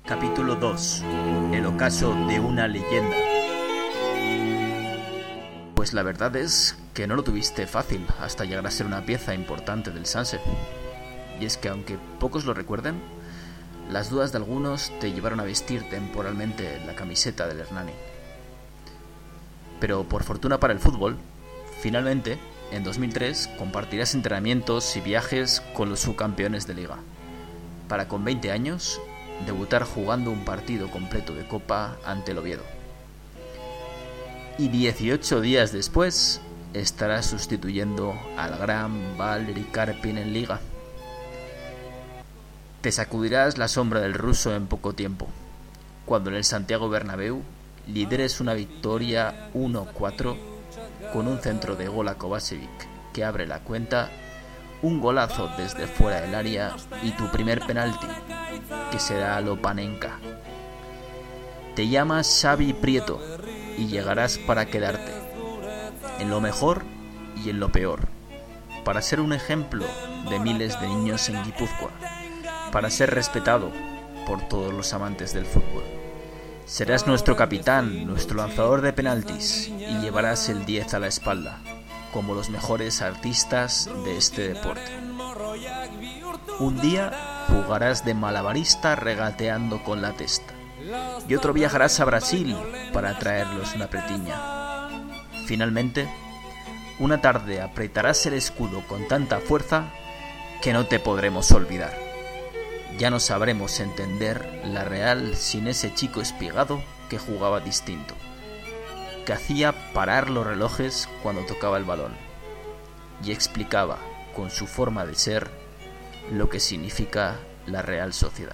Capítulo 2. El ocaso de una leyenda. Pues la verdad es que no lo tuviste fácil hasta llegar a ser una pieza importante del Sanse. Y es que aunque pocos lo recuerden, las dudas de algunos te llevaron a vestir temporalmente la camiseta del Hernani. Pero por fortuna para el fútbol, finalmente, en 2003 compartirás entrenamientos y viajes con los subcampeones de Liga, para con 20 años debutar jugando un partido completo de Copa ante el Oviedo. Y 18 días después estarás sustituyendo al gran Valeri Karpin en Liga. Te sacudirás la sombra del ruso en poco tiempo, cuando en el Santiago Bernabéu lideres una victoria 1-4 con un centro de gol a Kovačević que abre la cuenta, un golazo desde fuera del área y tu primer penalti, que será a lo Panenka. Te llamas Xavi Prieto y llegarás para quedarte, en lo mejor y en lo peor, para ser un ejemplo de miles de niños en Guipúzcoa, para ser respetado por todos los amantes del fútbol. Serás nuestro capitán, nuestro lanzador de penaltis, y llevarás el 10 a la espalda, como los mejores artistas de este deporte. Un día jugarás de malabarista regateando con la testa, y otro viajarás a Brasil para traerlos una pretiña. Finalmente, una tarde apretarás el escudo con tanta fuerza que no te podremos olvidar. Ya no sabremos entender la Real sin ese chico espigado que jugaba distinto, que hacía parar los relojes cuando tocaba el balón y explicaba con su forma de ser lo que significa la Real Sociedad.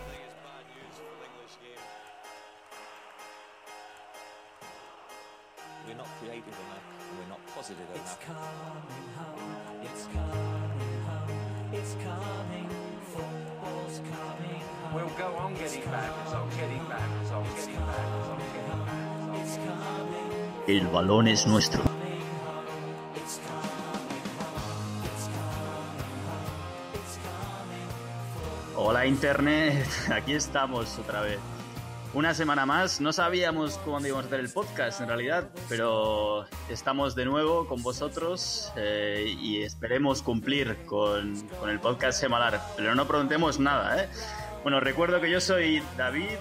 El balón es nuestro. Hola Internet, aquí estamos otra vez. Una semana más, no sabíamos cuándo íbamos a hacer el podcast en realidad, pero estamos de nuevo con vosotros y esperemos cumplir con el podcast semanal, pero no prometemos nada, ¿eh? Bueno, recuerdo que yo soy David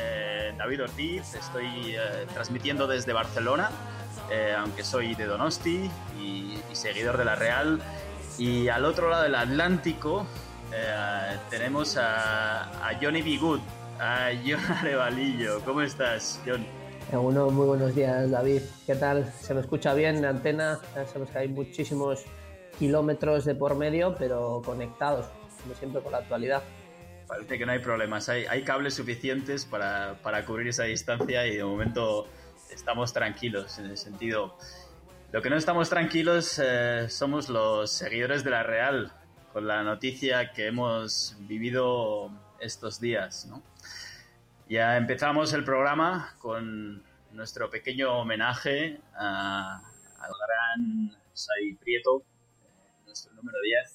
Ortiz, estoy transmitiendo desde Barcelona, aunque soy de Donosti y seguidor de la Real. Y al otro lado del Atlántico tenemos a Johnny B. Good, a Jon Arevalillo. ¿Cómo estás, Jon? Muy buenos días, David. ¿Qué tal? ¿Se me escucha bien la antena? Ya sabemos que hay muchísimos kilómetros de por medio, pero conectados, como siempre, con la actualidad. Parece que no hay problemas, hay cables suficientes para cubrir esa distancia y de momento estamos tranquilos en el sentido. Lo que no estamos tranquilos somos los seguidores de la Real con la noticia que hemos vivido estos días, ¿no? Ya empezamos el programa con nuestro pequeño homenaje al gran Xavi Prieto, nuestro número 10.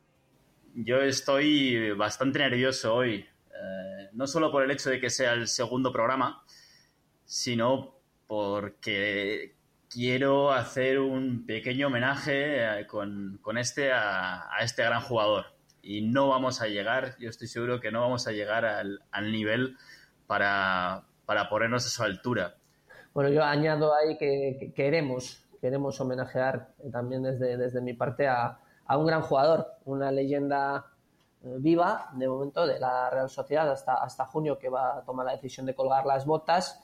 Yo estoy bastante nervioso hoy, no solo por el hecho de que sea el segundo programa, sino porque quiero hacer un pequeño homenaje con este a este gran jugador. Y no vamos a llegar, yo estoy seguro que no vamos a llegar al nivel para ponernos a su altura. Bueno, yo añado ahí que queremos homenajear también desde mi parte a un gran jugador, una leyenda viva de momento de la Real Sociedad hasta junio, que va a tomar la decisión de colgar las botas.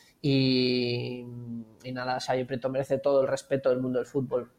Y nada, Xavi Prieto merece todo el respeto del mundo del fútbol.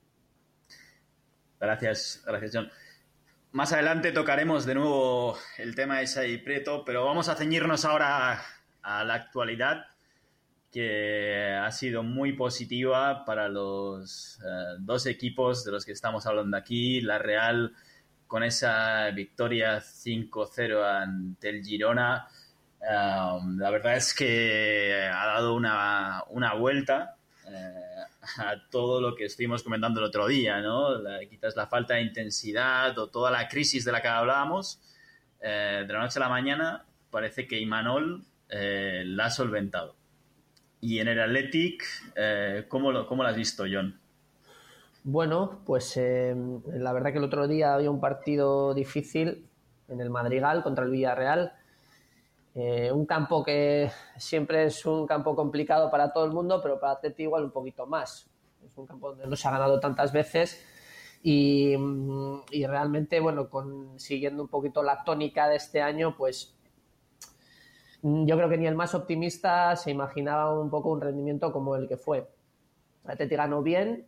Gracias, John. Más adelante tocaremos de nuevo el tema de Xavi Prieto, pero vamos a ceñirnos ahora a la actualidad, que ha sido muy positiva para los dos equipos de los que estamos hablando aquí. La Real con esa victoria 5-0 ante el Girona. La verdad es que ha dado una vuelta a todo lo que estuvimos comentando el otro día, ¿no? Quizás la falta de intensidad o toda la crisis de la que hablábamos, de la noche a la mañana parece que Imanol la ha solventado. Y en el Athletic, ¿cómo lo has visto, John? Bueno, pues la verdad que el otro día había un partido difícil en el Madrigal contra el Villarreal. Un campo que siempre es un campo complicado para todo el mundo, pero para Atleti igual un poquito más. Es un campo donde no se ha ganado tantas veces y realmente, bueno, siguiendo un poquito la tónica de este año, pues yo creo que ni el más optimista se imaginaba un poco un rendimiento como el que fue. Atleti ganó bien,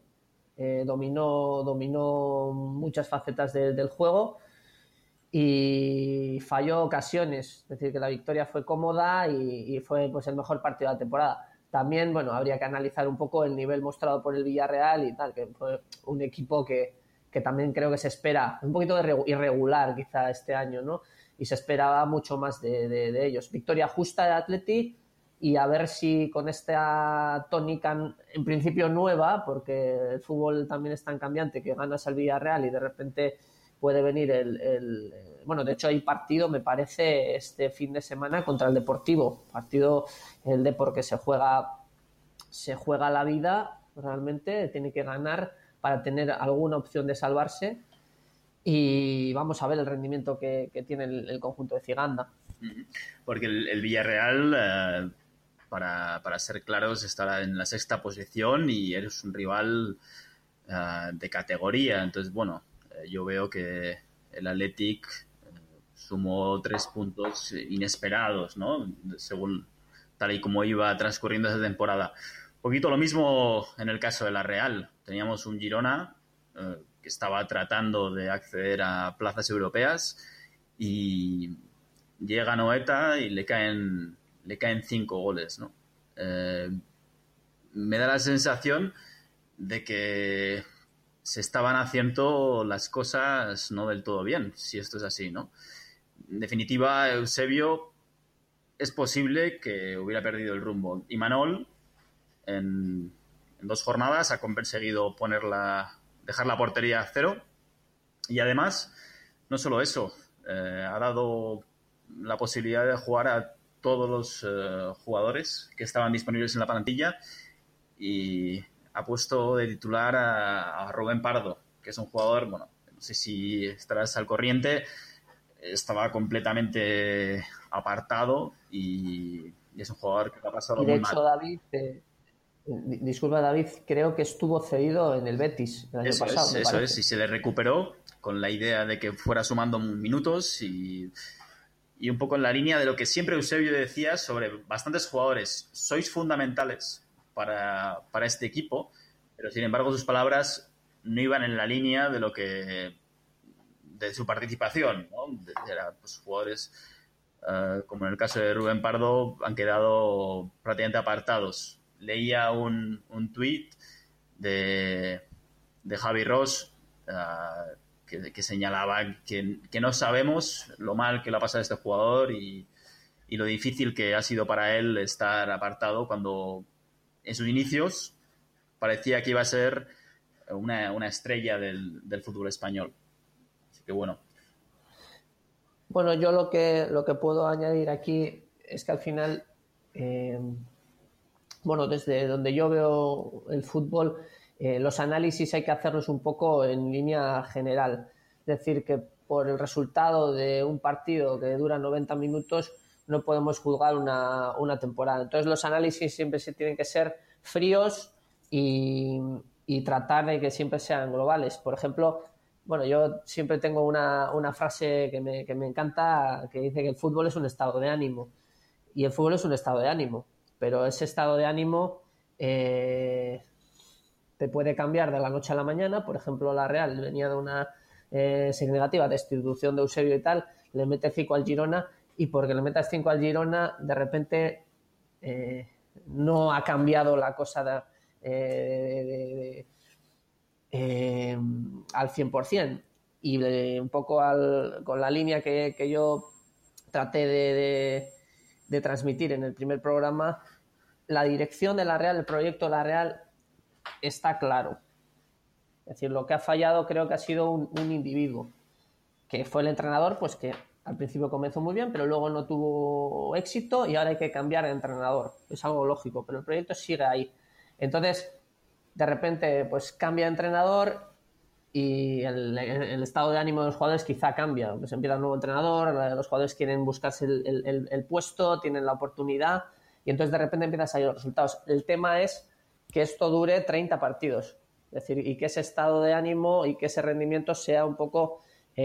dominó muchas facetas del juego y falló ocasiones, es decir, que la victoria fue cómoda y fue pues el mejor partido de la temporada. También, bueno, habría que analizar un poco el nivel mostrado por el Villarreal y tal, que fue un equipo que también creo que se espera, un poquito irregular quizá este año, ¿no? Y se esperaba mucho más de ellos. Victoria justa de Atleti y a ver si con esta tónica en principio nueva, porque el fútbol también es tan cambiante que ganas al Villarreal y de repente puede venir bueno, de hecho hay partido, me parece, este fin de semana contra el Deportivo, partido el Depor que se juega la vida realmente, tiene que ganar para tener alguna opción de salvarse y vamos a ver el rendimiento que tiene el conjunto de Ciganda. Porque el Villarreal, para ser claros, estará en la 6ª posición y eres un rival de categoría. Entonces, bueno, yo veo que el Athletic sumó 3 puntos inesperados, ¿no? Según tal y como iba transcurriendo esa temporada. Un poquito lo mismo en el caso de la Real. Teníamos un Girona que estaba tratando de acceder a plazas europeas y llega Noeta y le caen 5 goles, ¿no? Me da la sensación de que se estaban haciendo las cosas no del todo bien, si esto es así, ¿no? En definitiva, Eusebio es posible que hubiera perdido el rumbo. Imanol, en 2 jornadas, ha conseguido dejar la portería a 0 y además, no solo eso, ha dado la posibilidad de jugar a todos los jugadores que estaban disponibles en la plantilla y ha puesto de titular a Rubén Pardo, que es un jugador, bueno, no sé si estarás al corriente, estaba completamente apartado y es un jugador que lo ha pasado Y de muy hecho, mal. David, disculpa David, creo que estuvo cedido en el Betis el año pasado, me Eso parece. es, y se le recuperó con la idea de que fuera sumando minutos y un poco en la línea de lo que siempre Eusebio decía sobre bastantes jugadores. Sois fundamentales para este equipo, pero sin embargo sus palabras no iban en la línea de su participación, ¿no? Pues, jugadores como en el caso de Rubén Pardo han quedado prácticamente apartados. Leía un tuit de Javi Ross que señalaba que no sabemos lo mal que le ha pasado a este jugador y lo difícil que ha sido para él estar apartado cuando en sus inicios parecía que iba a ser una estrella del fútbol español. Así que bueno. Bueno, yo lo que puedo añadir aquí es que al final, bueno, desde donde yo veo el fútbol, los análisis hay que hacerlos un poco en línea general. Es decir, que por el resultado de un partido que dura 90 minutos no podemos juzgar una temporada. Entonces los análisis siempre se tienen que ser fríos y tratar de que siempre sean globales. Por ejemplo, bueno, yo siempre tengo una frase que me encanta que dice que el fútbol es un estado de ánimo. Y el fútbol es un estado de ánimo. Pero ese estado de ánimo te puede cambiar de la noche a la mañana. Por ejemplo, la Real venía de una serie negativa, destitución de Eusebio y tal, le mete 5 al Girona y porque le metas 5 al Girona, de repente no ha cambiado la cosa al 100%. Y un poco con la línea que yo traté de transmitir en el primer programa, la dirección de la Real, el proyecto de la Real está claro. Es decir, lo que ha fallado creo que ha sido un individuo, que fue el entrenador, pues que al principio comenzó muy bien, pero luego no tuvo éxito y ahora hay que cambiar de entrenador. Es algo lógico, pero el proyecto sigue ahí. Entonces, de repente, pues cambia de entrenador y el estado de ánimo de los jugadores quizá cambia. Pues empieza un nuevo entrenador, los jugadores quieren buscarse el puesto, tienen la oportunidad y entonces de repente empiezan a salir los resultados. El tema es que esto dure 30 partidos. Es decir, y que ese estado de ánimo y que ese rendimiento sea un poco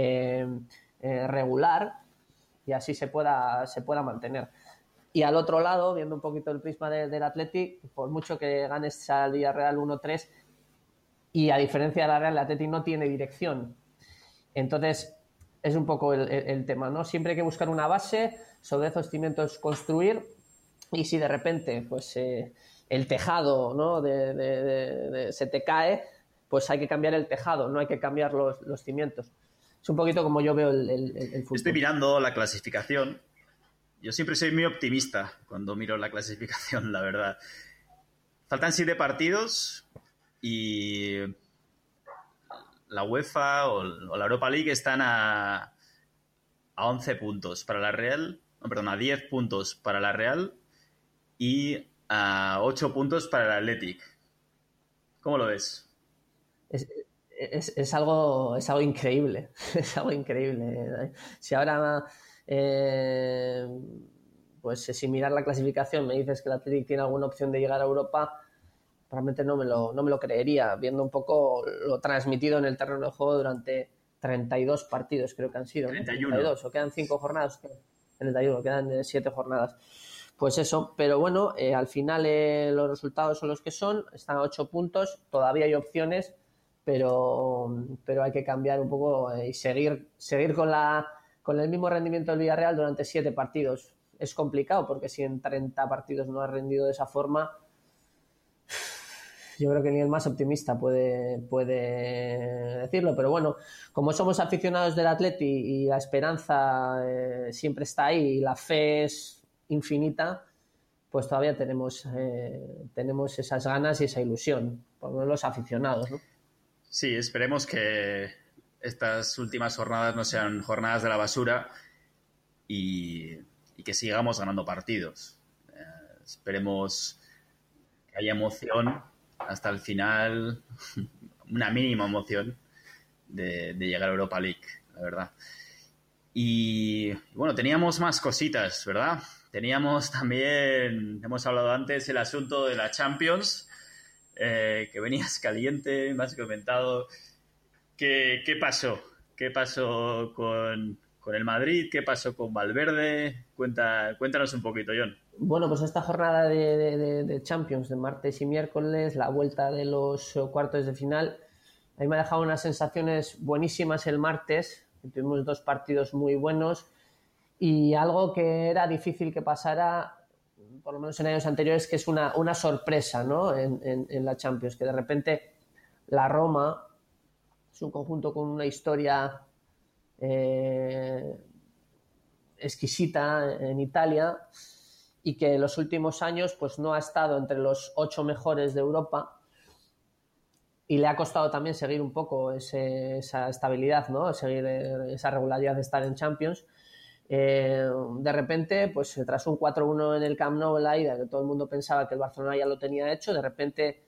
regular y así se pueda mantener. Y al otro lado, viendo un poquito el prisma del Athletic, por mucho que ganes al Villarreal 1-3, y a diferencia de la Real, el Athletic no tiene dirección. Entonces, es un poco el tema, ¿no? Siempre hay que buscar una base, sobre esos cimientos construir, y si de repente, pues, el tejado, ¿no? se te cae, pues hay que cambiar el tejado, no hay que cambiar los cimientos. Es un poquito como yo veo el fútbol. Estoy mirando la clasificación. Yo siempre soy muy optimista cuando miro la clasificación, la verdad. Faltan 7 partidos y la UEFA o la Europa League están a 11 puntos para la Real, no, perdón, a 10 puntos para la Real y a 8 puntos para el Athletic. ¿Cómo lo ves? Es algo increíble. Es algo increíble. Si ahora, pues si mirar la clasificación me dices que el Athletic tiene alguna opción de llegar a Europa, realmente no me lo creería, viendo un poco lo transmitido en el terreno de juego durante 32 partidos, creo que han sido, ¿no? 31. 32, o quedan 5 jornadas, 31, quedan 7 jornadas. Pues eso, pero bueno, al final los resultados son los que son, están a 8 puntos, todavía hay opciones, pero hay que cambiar un poco y seguir con el mismo rendimiento del Villarreal durante 7 partidos. Es complicado porque si en 30 partidos no has rendido de esa forma, yo creo que ni el más optimista puede decirlo, pero bueno, como somos aficionados del Atleti y la esperanza siempre está ahí y la fe es infinita, pues todavía tenemos esas ganas y esa ilusión, por lo menos los aficionados, ¿no? Sí, esperemos que estas últimas jornadas no sean jornadas de la basura y que sigamos ganando partidos. Esperemos que haya emoción hasta el final, una mínima emoción de llegar a Europa League, la verdad. Y bueno, teníamos más cositas, ¿verdad? Teníamos también, hemos hablado antes, el asunto de la Champions, que venías caliente, me has comentado. ¿Qué pasó? ¿Qué pasó con el Madrid? ¿Qué pasó con Valverde? Cuéntanos un poquito, John. Bueno, pues esta jornada de Champions, de martes y miércoles, la vuelta de los cuartos de final, a mí me ha dejado unas sensaciones buenísimas el martes. Tuvimos 2 partidos muy buenos y algo que era difícil que pasara, por lo menos en años anteriores, que es una sorpresa, ¿no? en la Champions, que de repente la Roma es un conjunto con una historia exquisita en Italia y que en los últimos años pues no ha estado entre los 8 mejores de Europa y le ha costado también seguir un poco esa estabilidad, ¿no? Seguir esa regularidad de estar en Champions. De repente, pues tras un 4-1 en el Camp Nou en la ida, que todo el mundo pensaba que el Barcelona ya lo tenía hecho, de repente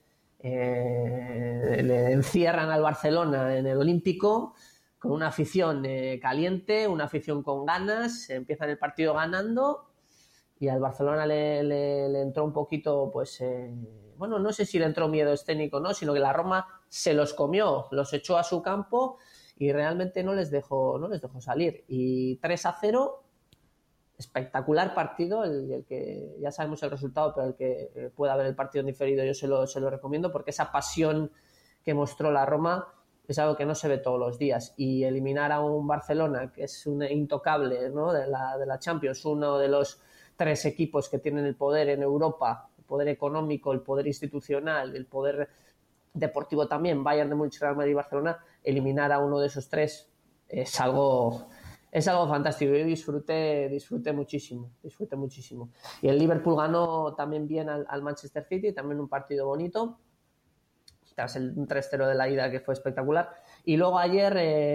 le encierran al Barcelona en el Olímpico con una afición caliente, una afición con ganas, empiezan el partido ganando y al Barcelona le entró un poquito, pues, bueno, no sé si le entró miedo escénico, no, sino que la Roma se los comió, los echó a su campo y realmente no les dejó salir. Y 3-0, espectacular partido, el que ya sabemos el resultado, pero el que pueda ver el partido en diferido yo se lo recomiendo, porque esa pasión que mostró la Roma es algo que no se ve todos los días. Y eliminar a un Barcelona, que es un intocable, ¿no? de la Champions, uno de los 3 equipos que tienen el poder en Europa, el poder económico, el poder institucional, el poder deportivo también, Bayern de Múnich, Real Madrid y Barcelona, eliminar a uno de esos 3 es algo fantástico. Yo disfruté muchísimo. Y el Liverpool ganó también bien al Manchester City, también un partido bonito, tras el 3-0 de la ida que fue espectacular. Y luego ayer,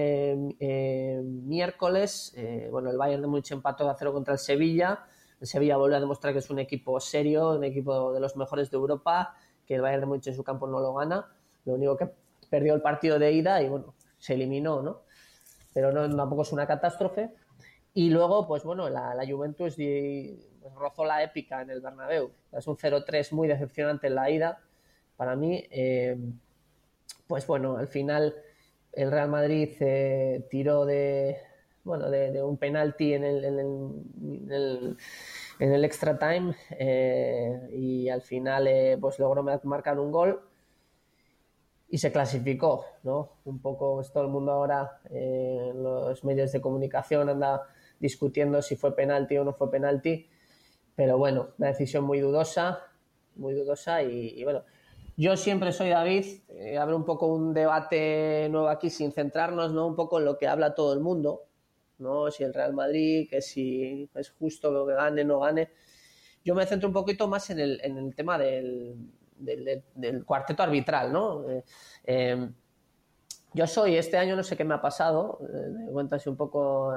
miércoles, bueno, el Bayern de Múnich empató a 0 contra el Sevilla. El Sevilla vuelve a demostrar que es un equipo serio, un equipo de los mejores de Europa, que el Bayern de Múnich en su campo no lo gana. Lo único que perdió el partido de ida y, bueno, se eliminó, ¿no? Pero no, tampoco es una catástrofe. Y luego, pues bueno, la Juventus rozó la épica en el Bernabéu. Es un 0-3 muy decepcionante en la ida para mí. Pues bueno, al final el Real Madrid tiró de un penalti en el extra time, y al final pues logró marcar un gol y se clasificó, ¿no? Un poco pues, todo el mundo ahora en los medios de comunicación anda discutiendo si fue penalti o no fue penalti, pero bueno, una decisión muy dudosa y bueno, yo siempre soy David, abre un poco un debate nuevo aquí sin centrarnos, ¿no? Un poco en lo que habla todo el mundo, ¿no? Si el Real Madrid, que si es justo lo que gane, no gane. Yo me centro un poquito más en el tema del cuarteto arbitral, ¿no? Yo soy, este año no sé qué me ha pasado, cuéntase un poco,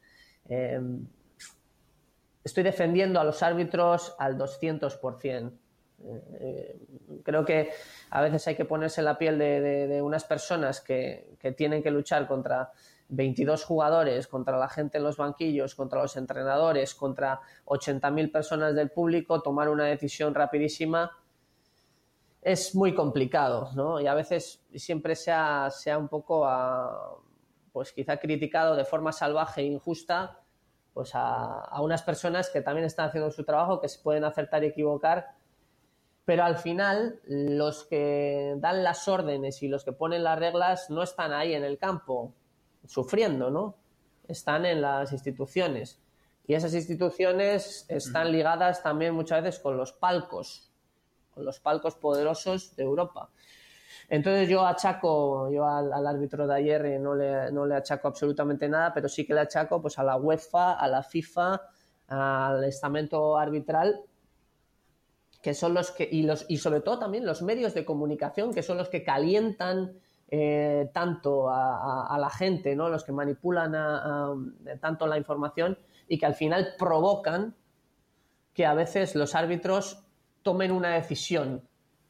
estoy defendiendo a los árbitros al 200%. Creo que a veces hay que ponerse en la piel de unas personas que tienen que luchar contra 22 jugadores, contra la gente en los banquillos, contra los entrenadores, contra 80.000 personas del público, tomar una decisión rapidísima es muy complicado, ¿no? Y a veces siempre se ha un poco pues quizá criticado de forma salvaje e injusta pues a unas personas que también están haciendo su trabajo, que se pueden acertar y equivocar, pero al final los que dan las órdenes y los que ponen las reglas no están ahí en el campo sufriendo, ¿no? Están en las instituciones y esas instituciones están ligadas también muchas veces con los palcos poderosos de Europa. Entonces yo al árbitro de ayer no le achaco absolutamente nada, pero sí que le achaco pues a la UEFA, a la FIFA, al estamento arbitral, que son los que y sobre todo también los medios de comunicación, que son los que calientan tanto a la gente, ¿no? Los que manipulan tanto la información y que al final provocan que a veces los árbitros tomen una decisión.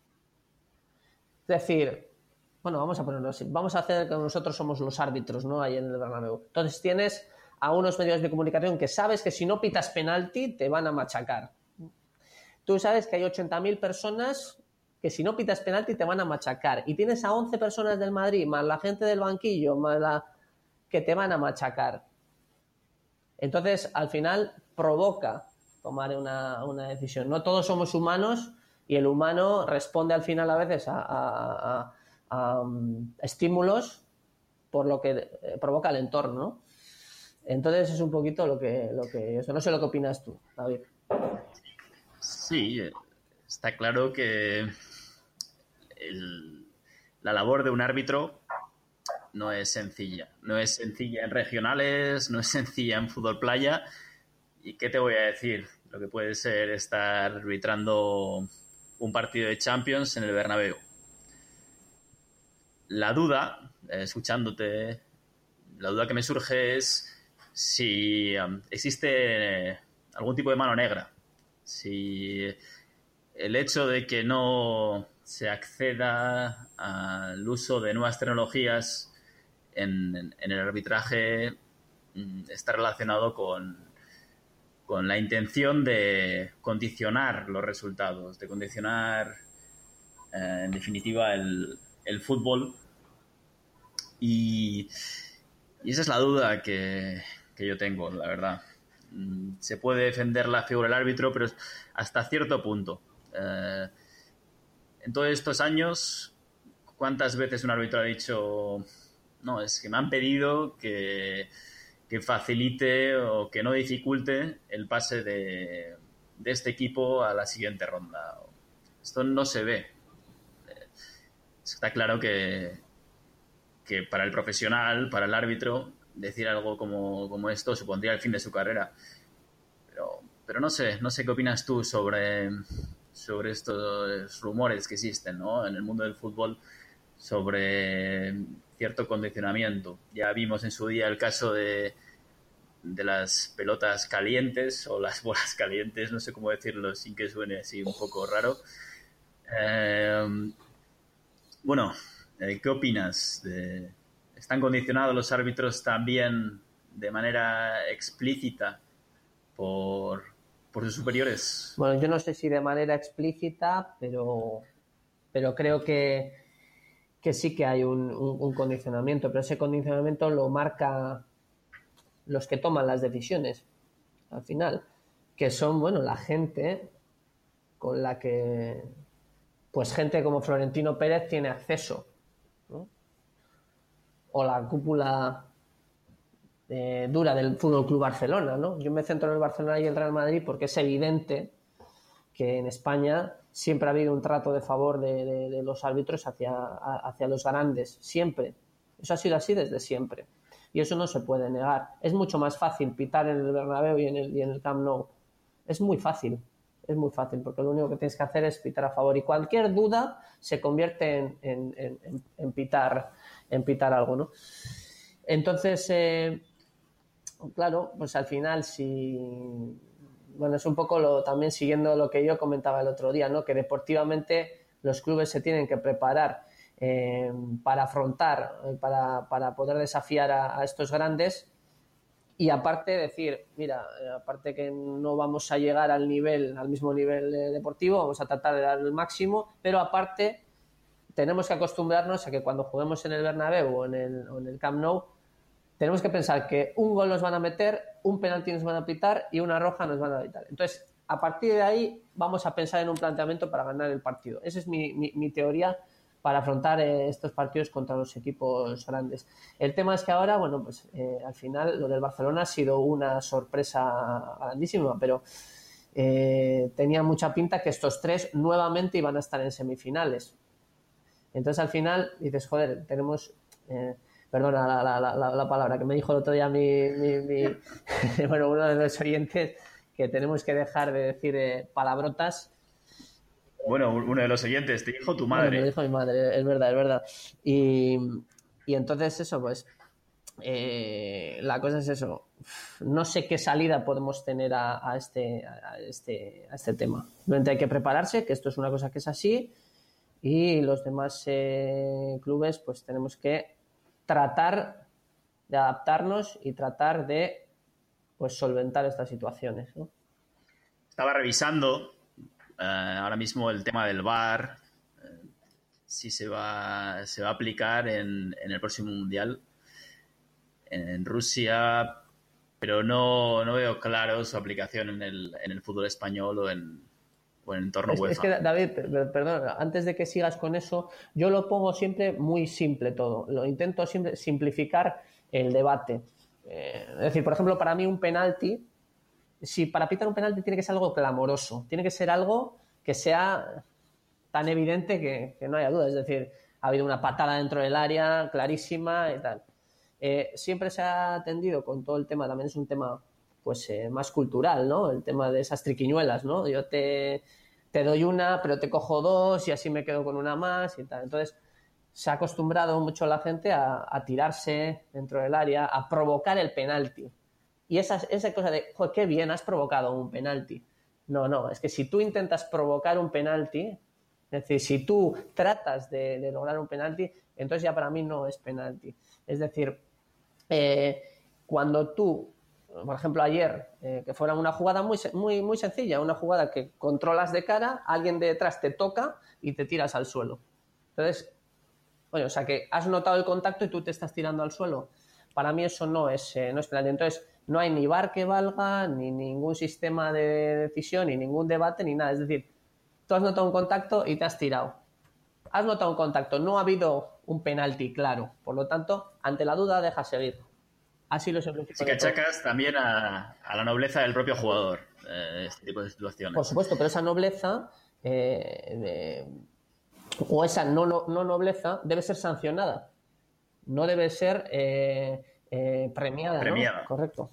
Es decir, bueno, vamos a ponerlo así, vamos a hacer que nosotros somos los árbitros, ¿no? Ahí en el Bernabéu. Entonces tienes a unos medios de comunicación que sabes que si no pitas penalti te van a machacar. Tú sabes que hay 80.000 personas que si no pitas penalti te van a machacar. Y tienes a 11 personas del Madrid, más la gente del banquillo, que te van a machacar. Entonces, al final, provoca tomar una decisión. No todos somos humanos y el humano responde al final a veces a estímulos por lo que provoca el entorno, ¿no? Entonces es un poquito lo que eso. No sé lo que opinas tú, David. Sí, está claro que la labor de un árbitro no es sencilla. No es sencilla en regionales, no es sencilla en fútbol playa. ¿Y qué te voy a decir? Lo que puede ser estar arbitrando un partido de Champions en el Bernabéu. La duda, escuchándote, la duda que me surge es si existe algún tipo de mano negra. Si el hecho de que no se acceda al uso de nuevas tecnologías en el arbitraje está relacionado con la intención de condicionar los resultados, de condicionar en definitiva el fútbol. Y esa es la duda que yo tengo, la verdad. Se puede defender la figura del árbitro, pero hasta cierto punto. En todos estos años, ¿cuántas veces un árbitro ha dicho no, es que me han pedido que facilite o que no dificulte el pase de este equipo a la siguiente ronda? Esto no se ve. Está claro que para el profesional, para el árbitro, decir algo como esto supondría el fin de su carrera. Pero no sé qué opinas tú sobre estos rumores que existen, ¿no? En el mundo del fútbol sobre cierto condicionamiento. Ya vimos en su día el caso de las pelotas calientes o las bolas calientes, no sé cómo decirlo sin que suene así un poco raro. Bueno, ¿qué opinas? ¿Están condicionados los árbitros también de manera explícita por sus superiores? Bueno, yo no sé si de manera explícita, pero creo que sí que hay un condicionamiento, pero ese condicionamiento lo marca los que toman las decisiones al final, que son, bueno, la gente con la que, pues gente como Florentino Pérez tiene acceso, ¿no? O la cúpula dura del Fútbol Club Barcelona, ¿no? Yo me centro en el Barcelona y el Real Madrid porque es evidente que en España siempre ha habido un trato de favor de los árbitros hacia los grandes, siempre. Eso ha sido así desde siempre. Y eso no se puede negar. Es mucho más fácil pitar en el Bernabéu y en el Camp Nou. Es muy fácil, porque lo único que tienes que hacer es pitar a favor. Y cualquier duda se convierte en pitar algo, ¿no? Entonces, claro, pues al final si... Bueno, es un poco también siguiendo lo que yo comentaba el otro día, ¿no? Que deportivamente los clubes se tienen que preparar para afrontar, para poder desafiar a estos grandes y aparte decir, mira, aparte que no vamos a llegar al mismo nivel deportivo, vamos a tratar de dar el máximo, pero aparte tenemos que acostumbrarnos a que cuando juguemos en el Bernabéu o en el Camp Nou tenemos que pensar que un gol nos van a meter, un penalti nos van a pitar y una roja nos van a pitar. Entonces, a partir de ahí vamos a pensar en un planteamiento para ganar el partido. Esa es mi teoría para afrontar estos partidos contra los equipos grandes. El tema es que ahora, bueno, pues al final lo del Barcelona ha sido una sorpresa grandísima, pero tenía mucha pinta que estos tres nuevamente iban a estar en semifinales. Entonces al final dices, joder, tenemos... perdona la palabra que me dijo el otro día bueno, uno de los oyentes, que tenemos que dejar de decir palabrotas. Bueno, uno de los oyentes, te dijo tu madre. Bueno, me dijo mi madre, es verdad. Y entonces eso, pues la cosa es eso. No sé qué salida podemos tener a este tema. Simplemente hay que prepararse, que esto es una cosa que es así, y los demás clubes pues tenemos que tratar de adaptarnos y tratar de pues solventar estas situaciones, ¿no? Estaba revisando ahora mismo el tema del VAR, si se va a aplicar en el próximo Mundial en Rusia, pero no veo claro su aplicación en el fútbol español o en el entorno UEFA. Es que, David, perdón, antes de que sigas con eso, yo lo pongo siempre muy simple todo. Lo intento siempre simplificar el debate. Es decir, por ejemplo, para mí un penalti, si para pitar un penalti tiene que ser algo clamoroso, tiene que ser algo que sea tan evidente que no haya duda. Es decir, ha habido una patada dentro del área clarísima y tal. Siempre se ha atendido con todo el tema, también es un tema pues más cultural, ¿no? El tema de esas triquiñuelas, ¿no? Yo te doy una, pero te cojo dos y así me quedo con una más y tal. Entonces, se ha acostumbrado mucho la gente a tirarse dentro del área, a provocar el penalti. Y esa cosa de, joder, qué bien, has provocado un penalti. No, es que si tú intentas provocar un penalti, es decir, si tú tratas de lograr un penalti, entonces ya para mí no es penalti. Es decir, cuando tú, por ejemplo, ayer, que fuera una jugada muy sencilla, una jugada que controlas de cara, alguien de detrás te toca y te tiras al suelo. Entonces, o sea, que has notado el contacto y tú te estás tirando al suelo. Para mí eso no es penalti. Entonces, no hay ni VAR que valga, ni ningún sistema de decisión, ni ningún debate, ni nada. Es decir, tú has notado un contacto y te has tirado. Has notado un contacto, no ha habido un penalti claro. Por lo tanto, ante la duda, deja seguir. Así lo simplifico. Sí que achacas también a la nobleza del propio jugador este tipo de situaciones. Por supuesto, pero esa nobleza o esa no nobleza debe ser sancionada. No debe ser premiada. ¿No? Correcto.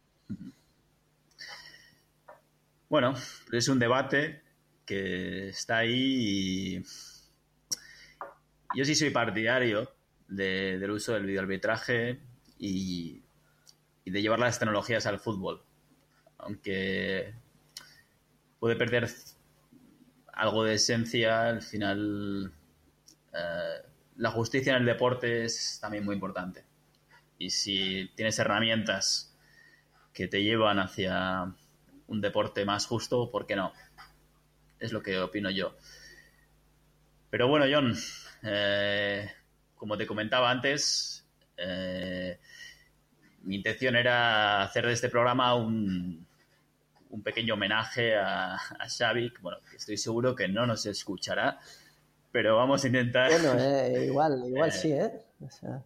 Bueno, es un debate que está ahí yo sí soy partidario del uso del videoarbitraje y de llevar las tecnologías al fútbol. Aunque puede perder algo de esencia, al final la justicia en el deporte es también muy importante. Y si tienes herramientas que te llevan hacia un deporte más justo, ¿por qué no? Es lo que opino yo. Pero bueno, John, como te comentaba antes, mi intención era hacer de este programa un pequeño homenaje a Xavi, que, bueno, que estoy seguro que no nos escuchará, pero vamos a intentar... Bueno, igual sí, ¿eh? O sea...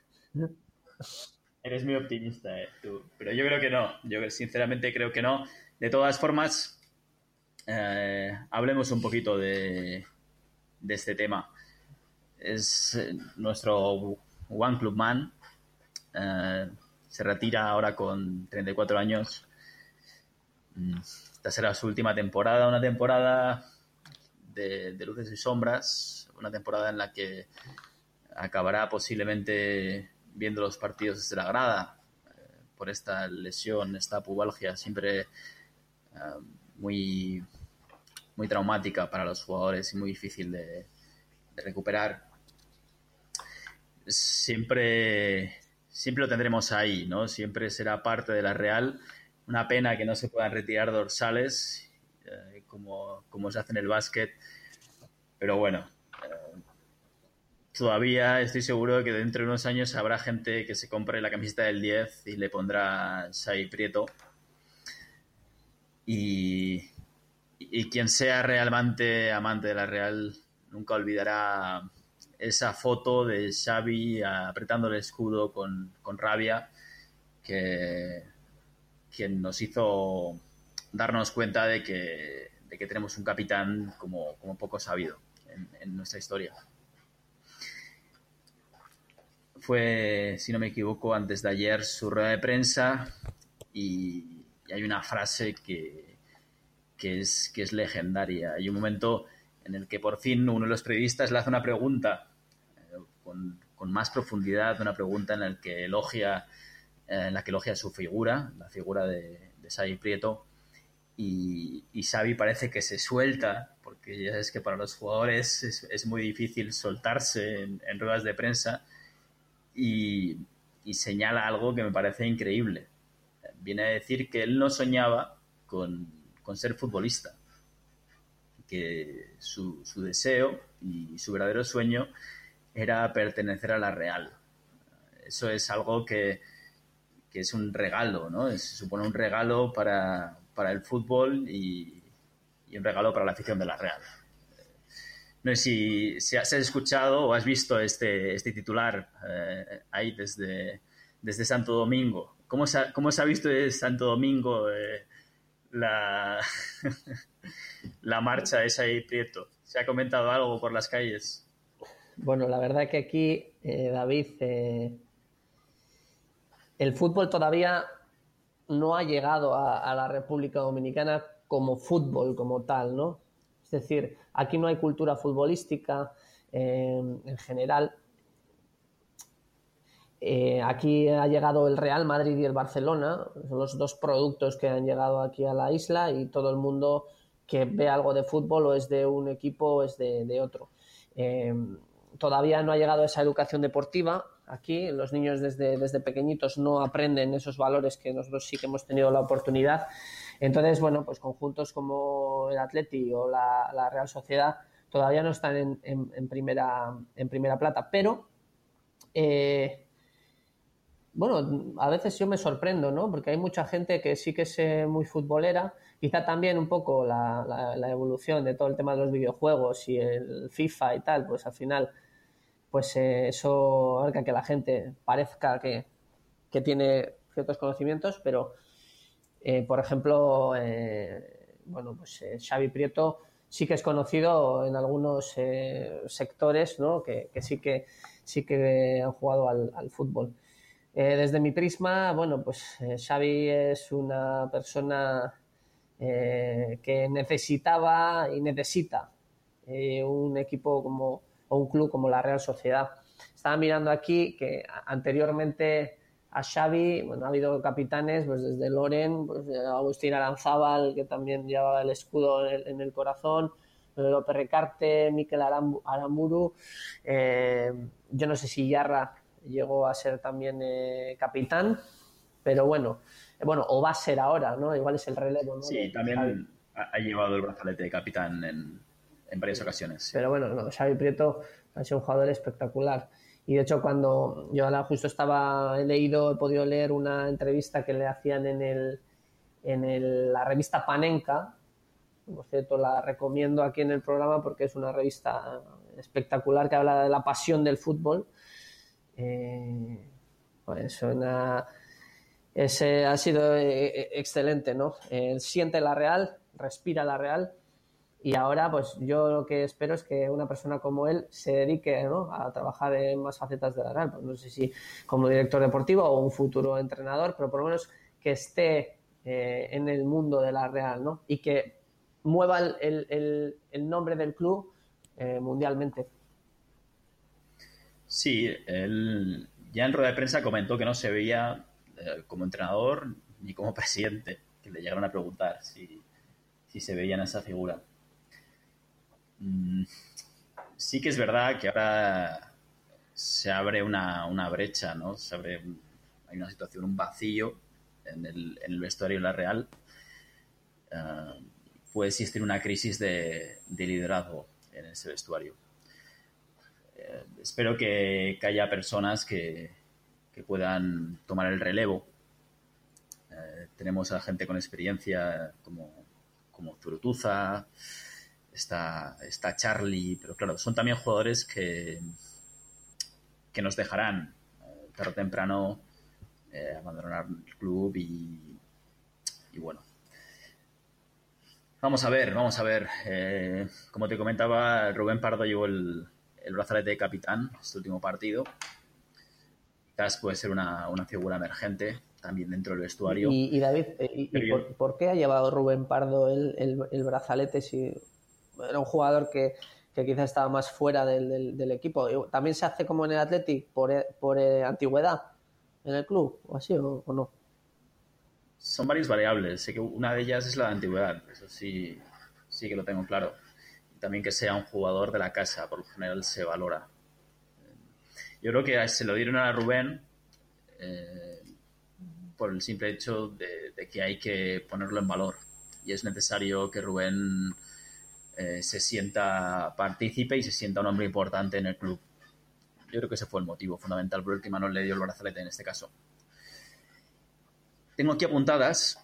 Eres muy optimista, tú. Pero yo creo que no. Yo sinceramente creo que no. De todas formas, hablemos un poquito de este tema. Es nuestro One Club Man. Se retira ahora con 34 años. Esta será su última temporada. Una temporada de luces y sombras. Una temporada en la que acabará posiblemente viendo los partidos desde la grada por esta lesión, esta pubalgia siempre muy, muy traumática para los jugadores y muy difícil de recuperar. Siempre lo tendremos ahí, ¿no? Siempre será parte de la Real. Una pena que no se puedan retirar dorsales como se hace en el básquet, pero bueno, todavía estoy seguro de que dentro de unos años habrá gente que se compre la camiseta del 10 y le pondrá Xavi Prieto. Y quien sea realmente amante de la Real nunca olvidará esa foto de Xavi apretando el escudo con rabia que nos hizo darnos cuenta de que tenemos un capitán como poco sabido en nuestra historia. Fue, si no me equivoco, antes de ayer su rueda de prensa y hay una frase que es legendaria. Hay un momento en el que por fin uno de los periodistas le hace una pregunta con más profundidad, una pregunta en la que elogia su figura, la figura de Xavi Prieto, y Xavi parece que se suelta, porque ya sabes que para los jugadores es muy difícil soltarse en ruedas de prensa, y señala algo que me parece increíble. Viene a decir que él no soñaba con ser futbolista, que su deseo y su verdadero sueño era pertenecer a la Real. Eso es algo que es un regalo, ¿no? Se supone un regalo para el fútbol y un regalo para la afición de la Real. No sé si has escuchado o has visto este titular ahí desde Santo Domingo. ¿Cómo se ha visto desde Santo Domingo la marcha de Xavi Prieto? ¿Se ha comentado algo por las calles? Bueno, la verdad es que aquí, David, el fútbol todavía no ha llegado a la República Dominicana como fútbol, como tal, ¿no? Es decir, aquí no hay cultura futbolística en general. Aquí ha llegado el Real Madrid y el Barcelona, son los dos productos que han llegado aquí a la isla, y todo el mundo que ve algo de fútbol o es de un equipo o es de otro. Todavía no ha llegado esa educación deportiva aquí. Los niños desde pequeñitos no aprenden esos valores que nosotros sí que hemos tenido la oportunidad. Entonces, bueno, pues conjuntos como el Atleti o la Real Sociedad todavía no están en primera plata, pero bueno, a veces yo me sorprendo, ¿no? Porque hay mucha gente que sí que es muy futbolera. Quizá también un poco la evolución de todo el tema de los videojuegos y el FIFA y tal, pues al final pues eso hace que la gente parezca que tiene ciertos conocimientos, pero por ejemplo, bueno, pues Xavi Prieto sí que es conocido en algunos sectores, ¿no? Que sí que han jugado al fútbol. Desde mi prisma, bueno, pues Xavi es una persona que necesitaba y necesita un equipo o un club como la Real Sociedad. Estaba mirando aquí que anteriormente a Xavi, bueno, ha habido capitanes pues desde Loren, pues, Agustín Aranzábal, que también llevaba el escudo en el corazón, López Recarte, Mikel Aramburu, yo no sé si Yarra llegó a ser también capitán, pero bueno, o va a ser ahora, ¿no? Igual es el relevo, ¿no? Sí, también ha llevado el brazalete de capitán en varias ocasiones. Sí. Pero bueno, no, Xavi Prieto ha sido un jugador espectacular. Y de hecho, cuando yo ahora justo he podido leer una entrevista que le hacían la revista Panenka. Por cierto, la recomiendo aquí en el programa porque es una revista espectacular que habla de la pasión del fútbol. Pues ha sido excelente, ¿no? Siente la Real, respira la Real. Y ahora, pues yo lo que espero es que una persona como él se dedique, ¿no?, a trabajar en más facetas de la Real. Pues no sé si como director deportivo o un futuro entrenador, pero por lo menos que esté en el mundo de la Real, ¿no? Y que mueva el nombre del club mundialmente. Sí, él ya en rueda de prensa comentó que no se veía como entrenador ni como presidente, que le llegaron a preguntar si se veía en esa figura. Sí que es verdad que ahora se abre una brecha, ¿no? Hay una situación, un vacío en el vestuario de la Real. Puede existir una crisis de liderazgo en ese vestuario. Espero que haya personas que puedan tomar el relevo. Tenemos a gente con experiencia como Zurutuza, está Charlie, pero claro, son también jugadores que nos dejarán tarde o temprano abandonar el club y bueno. Vamos a ver. Como te comentaba, Rubén Pardo llevó el brazalete de capitán este último partido. Quizás puede ser una figura emergente también dentro del vestuario. Y David, ¿por qué ha llevado Rubén Pardo el brazalete si era un jugador que quizás estaba más fuera del equipo? ¿También se hace como en el Athletic por antigüedad en el club o así o no? Son varias variables. Sé que una de ellas es la de antigüedad. Eso sí que lo tengo claro. Y también que sea un jugador de la casa. Por lo general se valora. Yo creo que se lo dieron a Rubén por el simple hecho de que hay que ponerlo en valor. Y es necesario que Rubén se sienta partícipe y se sienta un hombre importante en el club. Yo creo que ese fue el motivo fundamental por el que Manuel le dio el brazalete en este caso. Tengo aquí apuntadas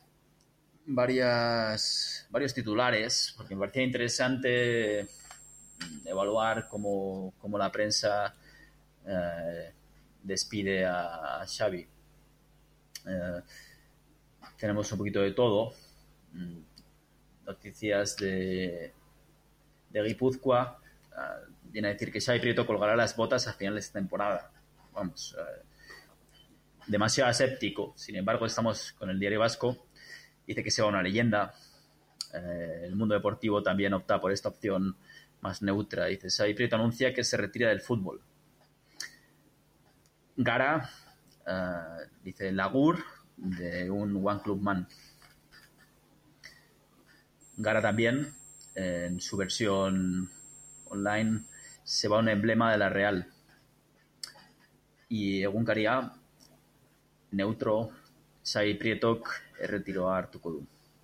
varios titulares, porque me parecía interesante evaluar cómo la prensa despide a Xavi. Tenemos un poquito de todo. Noticias de Guipúzcoa. Viene a decir que Xavi Prieto colgará las botas a finales de temporada. Vamos, demasiado escéptico. Sin embargo, estamos con el Diario Vasco. Dice que se va una leyenda. El Mundo Deportivo también opta por esta opción más neutra. Dice, Xavi Prieto anuncia que se retira del fútbol. Gara dice Lagur de un One Club Man. Gara también, en su versión online, se va un emblema de la Real. Y Egunkaria, neutro, Xavi Prietok retiró a Artukodu.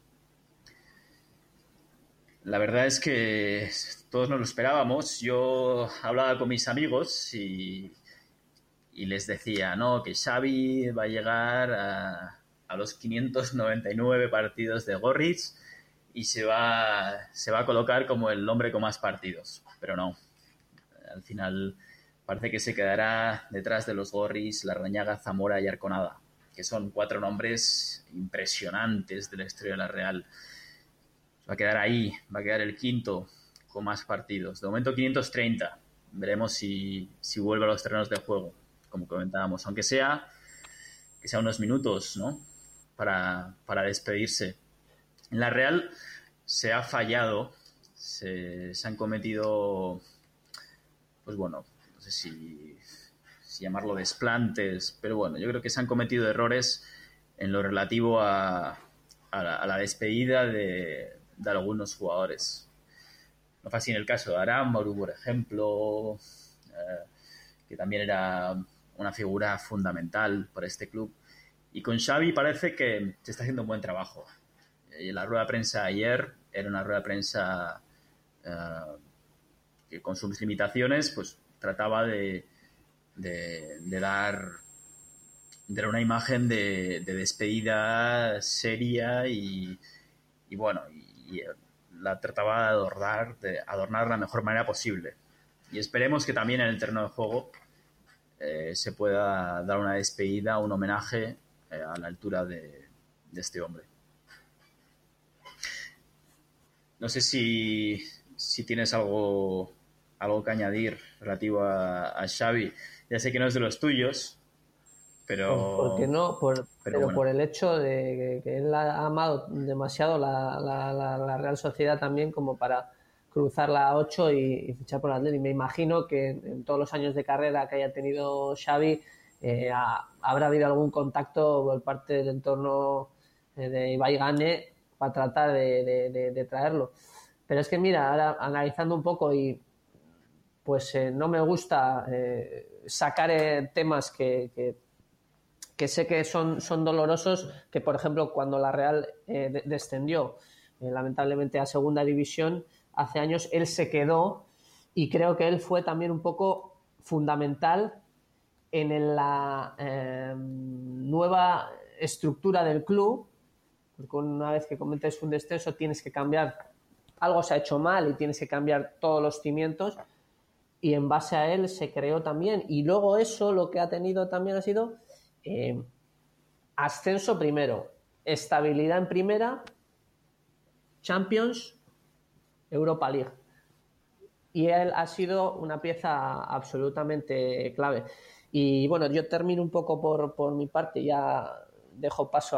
La verdad es que todos nos lo esperábamos. Yo hablaba con mis amigos y les decía, no, que Xavi va a llegar a los 599 partidos de Gorrits y se va a colocar como el hombre con más partidos. Pero no. Al final parece que se quedará detrás de los Gorrits, Larrañaga, Zamora y Arconada, que son 4 nombres impresionantes de la historia de la Real. Va a quedar ahí, va a quedar el quinto con más partidos. De momento 530. Veremos si vuelve a los terrenos de juego, como comentábamos, aunque sea unos minutos, ¿no? Para despedirse. En la Real se ha fallado, se han cometido pues bueno, no sé si llamarlo desplantes, pero bueno, yo creo que se han cometido errores en lo relativo a la despedida de algunos jugadores. No fue así en el caso de Aramburu, por ejemplo, que también era una figura fundamental para este club. Y con Xavi parece que se está haciendo un buen trabajo. La rueda de prensa ayer era una rueda de prensa que con sus limitaciones pues trataba de dar una imagen de despedida seria y bueno, y la trataba de adornar de la mejor manera posible. Y esperemos que también en el terreno de juego se pueda dar una despedida, un homenaje a la altura de este hombre. No sé si tienes algo que añadir relativo a Xavi. Ya sé que no es de los tuyos, pero... Porque no, pero bueno. por el hecho de que él ha amado demasiado la Real Sociedad también como para cruzar la 8 y fichar por Atleti. Me imagino que en todos los años de carrera que haya tenido Xavi habrá habido algún contacto por parte del entorno de Ibai Gane para tratar de traerlo. Pero es que mira, ahora analizando un poco y pues no me gusta sacar temas que sé que son dolorosos, que por ejemplo cuando la Real descendió lamentablemente a segunda división hace años, él se quedó y creo que él fue también un poco fundamental en la nueva estructura del club, porque una vez que cometes un descenso tienes que cambiar, algo se ha hecho mal y tienes que cambiar todos los cimientos, y en base a él se creó también, y luego eso lo que ha tenido también ha sido ascenso primero, estabilidad en primera, Champions, Europa League, y él ha sido una pieza absolutamente clave. Y bueno, yo termino un poco por mi parte, ya dejo paso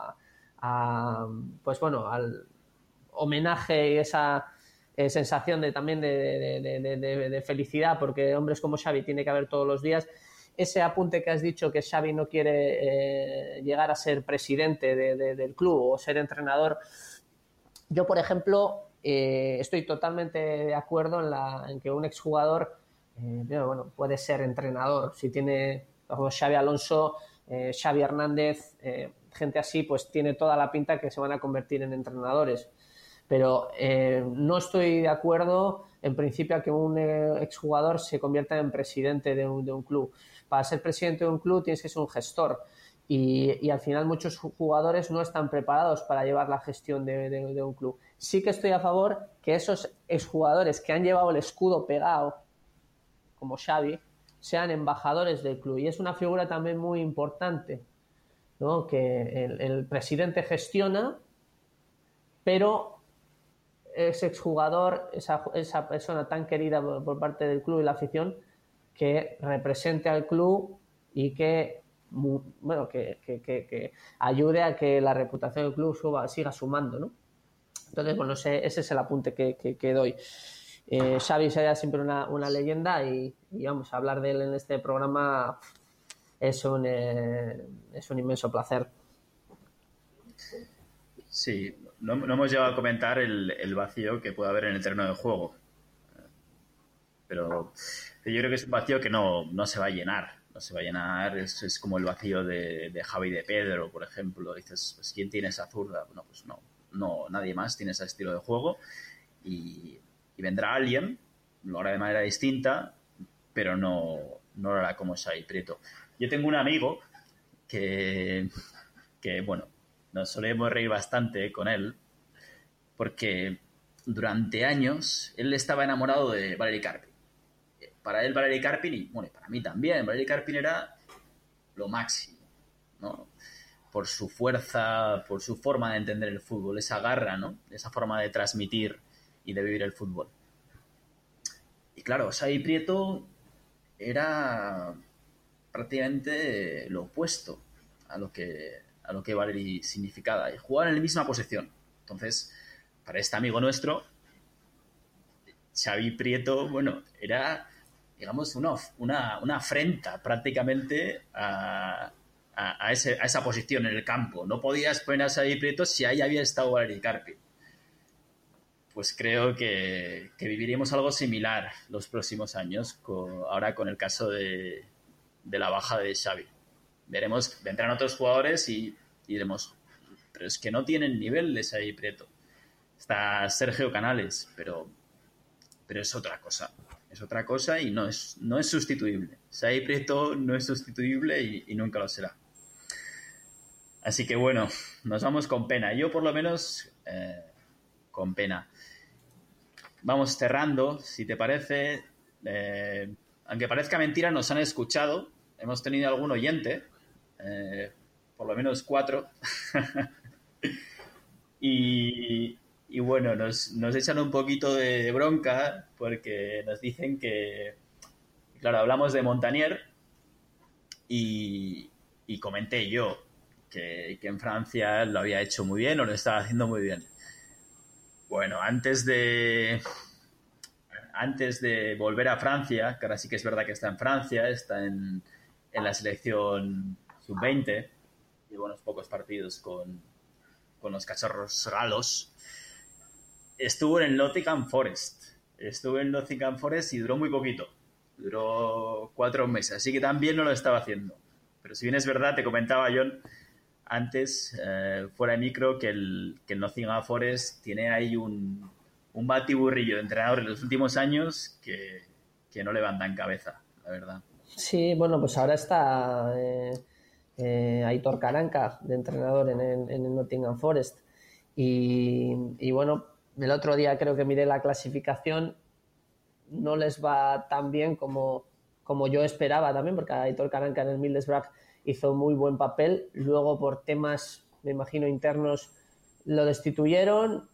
pues bueno, al homenaje y esa sensación también de felicidad, porque hombres como Xavi tiene que haber todos los días. Ese apunte que has dicho, que Xavi no quiere llegar a ser presidente del club o ser entrenador, yo por ejemplo estoy totalmente de acuerdo en que un exjugador bueno, puede ser entrenador. Si tiene como Xavi Alonso, Xavi Hernández, gente así, pues tiene toda la pinta que se van a convertir en entrenadores. Pero no estoy de acuerdo en principio a que un exjugador se convierta en presidente de un club. Para ser presidente de un club tienes que ser un gestor y al final muchos jugadores no están preparados para llevar la gestión de un club. Sí que estoy a favor que esos exjugadores que han llevado el escudo pegado, como Xavi, sean embajadores del club, y es una figura también muy importante, ¿no? Que el presidente gestiona, pero ese exjugador, esa persona tan querida por parte del club y la afición, que represente al club y que bueno, que ayude a que la reputación del club siga sumando, ¿no? Entonces, bueno, ese es el apunte que doy. Xavi será siempre una leyenda y vamos a hablar de él en este programa. Es un inmenso placer. Sí, no hemos llegado a comentar el vacío que puede haber en el terreno de juego. Pero yo creo que es un vacío que no se va a llenar. No se va a llenar. Es como el vacío de Javi de Pedro, por ejemplo. Dices, pues, ¿quién tiene esa zurda? No, pues no, nadie más tiene ese estilo de juego. Y vendrá alguien, lo hará de manera distinta, pero no lo hará como Xavi Prieto. Yo tengo un amigo que bueno, nos solemos reír bastante con él, porque durante años él estaba enamorado de Valeri Karpin. Para él Valeri Karpin, y bueno, para mí también, Valeri Karpin era lo máximo, ¿no? Por su fuerza, por su forma de entender el fútbol, esa garra, ¿no? Esa forma de transmitir y de vivir el fútbol. Y claro, Xavi Prieto era prácticamente lo opuesto a lo que Valeri significaba, y jugar en la misma posición. Entonces, para este amigo nuestro, Xavi Prieto, bueno, era digamos, una afrenta prácticamente a esa posición en el campo. No podías poner a Xavi Prieto si ahí había estado Valery Carpi. Pues creo que viviremos algo similar los próximos años, ahora con el caso de la baja de Xavi. Vendrán otros jugadores y diremos, pero es que no tienen nivel de Xavi Prieto. Está Sergio Canales, pero es otra cosa. Es otra cosa y no es sustituible. Xavi Prieto no es sustituible y nunca lo será. Así que bueno, nos vamos con pena. Yo por lo menos con pena. Vamos cerrando, si te parece. Aunque parezca mentira, nos han escuchado. Hemos tenido algún oyente, por lo menos 4. y bueno, nos echan un poquito de bronca porque nos dicen que, claro, hablamos de Montanier y comenté yo que en Francia lo había hecho muy bien o lo estaba haciendo muy bien. Bueno, antes de volver a Francia, que ahora sí que es verdad que está en Francia, está en la selección sub-20, lleva unos pocos partidos con los cachorros galos. Estuvo en el Nottingham Forest. Y duró muy poquito. Duró 4 meses, así que también no lo estaba haciendo. Pero si bien es verdad, te comentaba John antes, fuera de micro, que el Nottingham Forest tiene ahí un batiburrillo de entrenador en los últimos años que no levantan cabeza, la verdad. Sí, bueno, pues ahora está Aitor Karanka de entrenador en el Nottingham Forest. Y bueno, el otro día creo que miré la clasificación, no les va tan bien como yo esperaba también, porque Aitor Karanka en el Middlesbrough hizo muy buen papel. Luego, por temas, me imagino, internos, lo destituyeron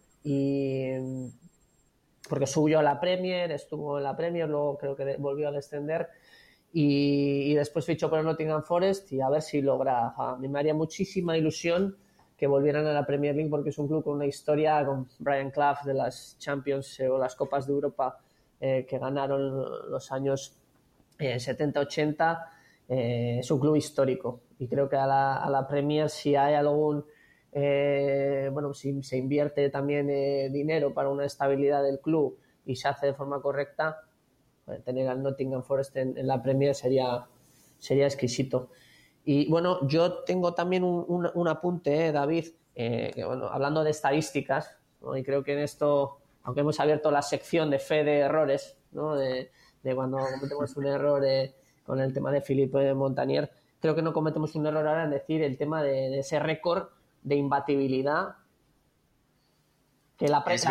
porque subió a la Premier, estuvo en la Premier, luego creo que volvió a descender y después fichó por el Nottingham Forest y a ver si logra. A mí me haría muchísima ilusión que volvieran a la Premier League porque es un club con una historia, con Brian Clough de las Champions o las Copas de Europa que ganaron los años 70-80. Es un club histórico y creo que a la Premier, si hay algún si se invierte también dinero para una estabilidad del club y se hace de forma correcta, tener al Nottingham Forest en la Premier sería exquisito. Y bueno, yo tengo también un apunte, David, que bueno, hablando de estadísticas, ¿no? Y creo que en esto, aunque hemos abierto la sección de fe de errores, ¿no? de cuando cometemos un error con el tema de Philippe Montanier, creo que no cometemos un error ahora en decir el tema de ese récord de imbatibilidad que la prensa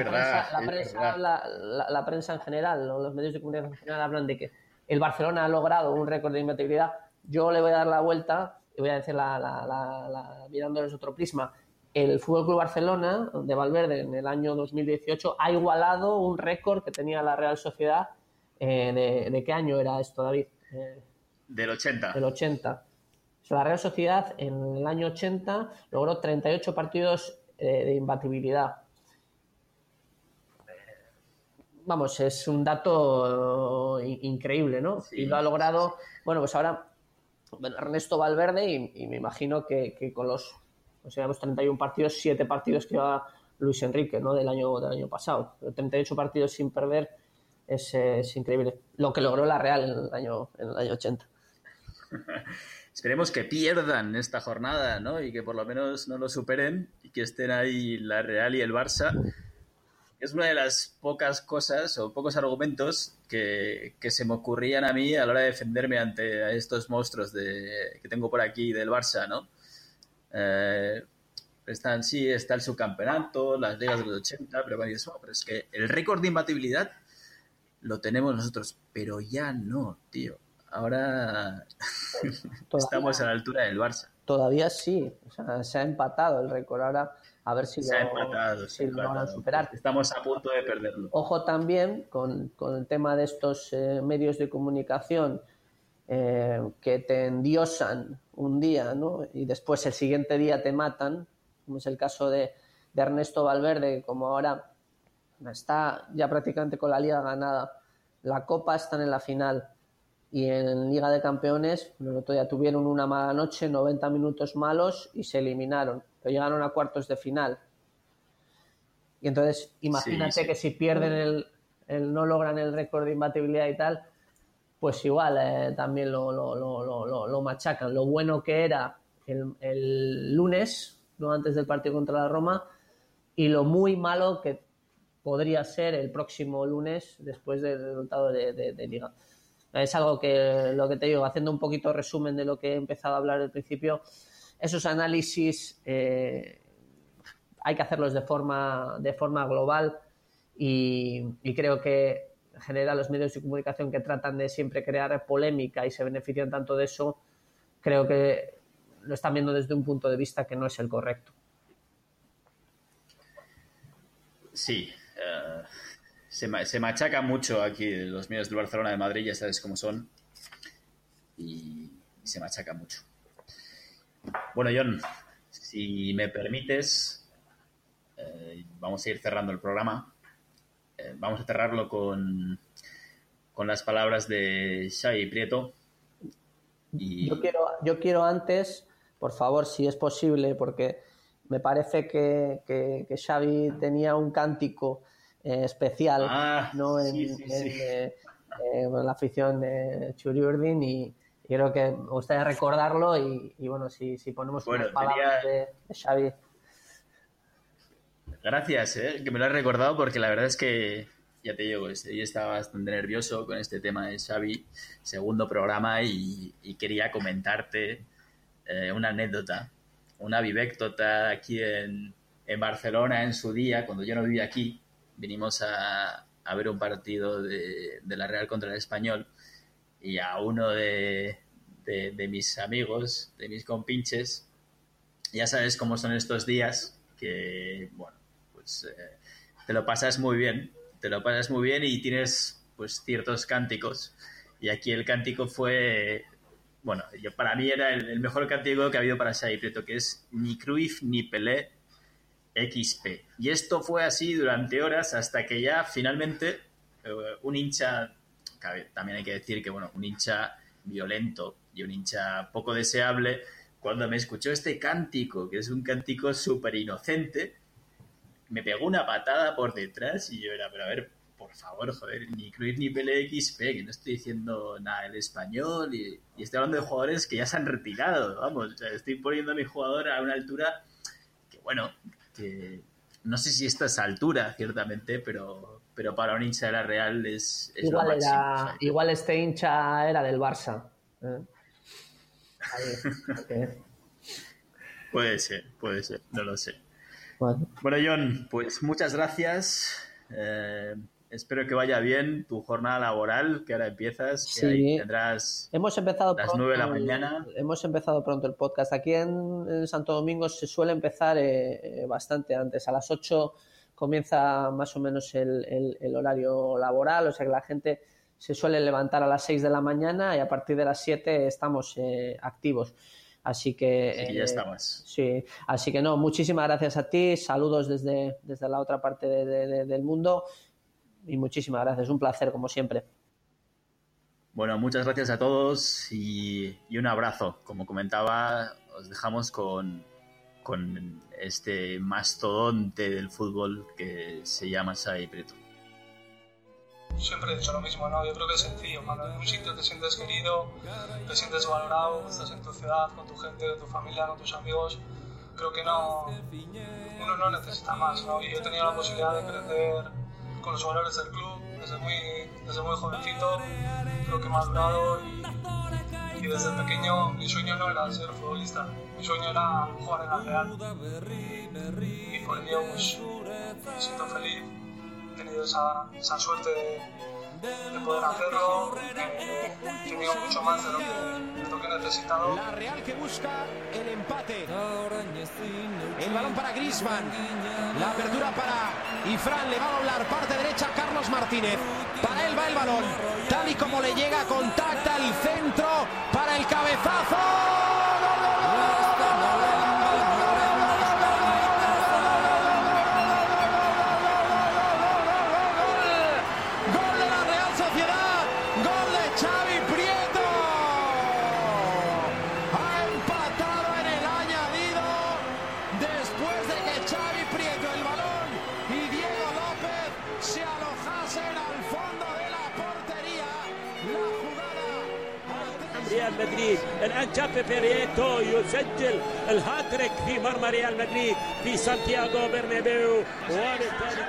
en general, ¿no? Los medios de comunicación en general hablan de que el Barcelona ha logrado un récord de imbatibilidad. Yo le voy a dar la vuelta y voy a decir mirándoles otro prisma. El FC Barcelona de Valverde en el año 2018 ha igualado un récord que tenía la Real Sociedad. ¿De qué año era esto, David? Del 80. Del 80. La Real Sociedad en el año 80 logró 38 partidos de imbatibilidad. Vamos, es un dato increíble, ¿no? Sí, y lo ha logrado, bueno, pues ahora Ernesto Valverde y me imagino que con los, digamos, 31 partidos, 7 partidos que lleva Luis Enrique, ¿no? Del año pasado. 38 partidos sin perder es increíble. Lo que logró la Real en el año 80. Esperemos que pierdan esta jornada, ¿no? Y que por lo menos no lo superen y que estén ahí la Real y el Barça. Es una de las pocas cosas o pocos argumentos que se me ocurrían a mí a la hora de defenderme ante estos monstruos que tengo por aquí del Barça, ¿no? Está el subcampeonato, las ligas de los 80, pero bueno, pero es que el récord de imbatibilidad lo tenemos nosotros, pero ya no, tío. Ahora estamos a la altura del Barça. Todavía sí, o sea, se ha empatado el récord. Ahora a ver si se ha empatado, lo van a superar. Estamos a punto de perderlo. Ojo también con el tema de estos medios de comunicación que te endiosan un día, ¿no? Y después el siguiente día te matan, como es el caso de Ernesto Valverde, que como ahora está ya prácticamente con la liga ganada, la Copa están en la final, y en Liga de Campeones el otro día tuvieron una mala noche, 90 minutos malos y se eliminaron, pero llegaron a cuartos de final. Y entonces imagínate que si pierden no logran el récord de imbatibilidad y tal, pues igual también lo machacan. Lo bueno que era el lunes, no antes del partido contra la Roma, y lo muy malo que podría ser el próximo lunes después del resultado de Liga. Es algo que, lo que te digo, haciendo un poquito resumen de lo que he empezado a hablar al principio, esos análisis hay que hacerlos de forma global y creo que en general los medios de comunicación que tratan de siempre crear polémica y se benefician tanto de eso, creo que lo están viendo desde un punto de vista que no es el correcto. Sí, se machaca mucho aquí los medios del Barcelona de Madrid, ya sabes cómo son, y se machaca mucho. Bueno, Jon, si me permites, vamos a ir cerrando el programa. Vamos a cerrarlo con las palabras de Xavi Prieto. Y... Yo quiero antes, por favor, si es posible, porque me parece que Xavi tenía un cántico especial, ¿no? En la afición de Txuri-Urdin y creo que me gustaría recordarlo y bueno, si ponemos unas palabras de Xavi. Gracias, que me lo has recordado, porque la verdad es que, ya te digo, yo estaba bastante nervioso con este tema de Xavi, segundo programa, y quería comentarte una anécdota, una vivéctota aquí en Barcelona en su día, cuando yo no vivía aquí. Vinimos a ver un partido de la Real contra el Español y a uno de mis amigos, de mis compinches, ya sabes cómo son estos días, que, bueno, pues te lo pasas muy bien y tienes pues ciertos cánticos, y aquí el cántico fue, bueno, para mí era el mejor cántico que ha habido para Xavi Prieto, que es ni Cruyff ni Pelé XP, y esto fue así durante horas hasta que ya finalmente un hincha, también hay que decir que bueno, un hincha violento y un hincha poco deseable, cuando me escuchó este cántico, que es un cántico súper inocente, me pegó una patada por detrás y yo era, pero a ver, por favor, joder, ni Cruyff ni Pelé XP, que no estoy diciendo nada del Español y estoy hablando de jugadores que ya se han retirado, vamos, o sea, estoy poniendo a mi jugador a una altura que, bueno, que no sé si esta es altura, ciertamente, pero para un hincha de la Real es igual lo máximo. O sea, igual este hincha era del Barça. Okay. Puede ser, no lo sé. Bueno, Jon, pues muchas gracias. Espero que vaya bien tu jornada laboral, que ahora empiezas, que ahí tendrás hemos empezado las 9 de la mañana. Hemos empezado pronto el podcast. Aquí en Santo Domingo se suele empezar bastante antes. A las 8 comienza más o menos el horario laboral, o sea que la gente se suele levantar a las 6 de la mañana y a partir de las 7 estamos activos. Así que ya estamos. Sí, así que no, muchísimas gracias a ti, saludos desde la otra parte del mundo y muchísimas gracias, un placer como siempre. Bueno, muchas gracias a todos y un abrazo. Como comentaba, os dejamos con este mastodonte del fútbol que se llama Xavi Prieto. Siempre he dicho lo mismo, ¿no? Yo creo que es sencillo. Cuando en un sitio te sientes querido, te sientes valorado, estás en tu ciudad, con tu gente, con tu familia, con tus amigos, creo que uno no necesita más, ¿no? Y yo he tenido la posibilidad de crecer con los valores del club desde muy jovencito, creo que he madurado y desde pequeño mi sueño no era ser futbolista, mi sueño era jugar en la Real y por ello pues me siento feliz. He tenido esa suerte de poder hacerlo, he tenido mucho más de lo que he necesitado. La Real que busca el empate. El balón para Griezmann, la apertura para Ifrán, le va a doblar parte derecha Carlos Martínez. Para él va el balón, tal y como le llega, contacta el centro para el cabezazo. Gol de la Real Sociedad, gol de Xavi Prieto. ريال مدريد. الآن جابي بيريتو يسجل الهاتريك في مرمى ريال مدريد في سانتياغو برنابيو. وبالتالي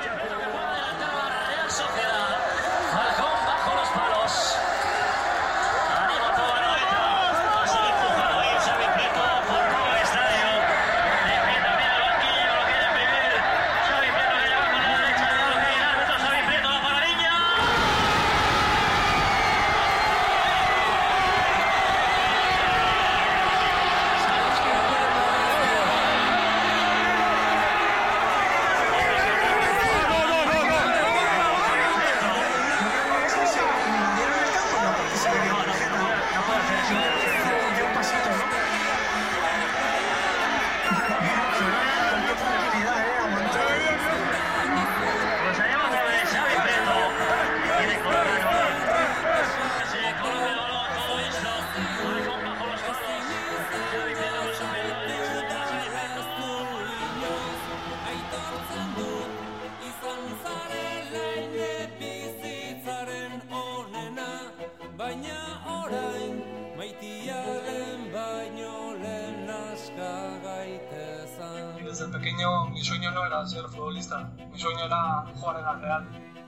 Desde pequeño mi sueño no era ser futbolista, mi sueño era jugar en la Real.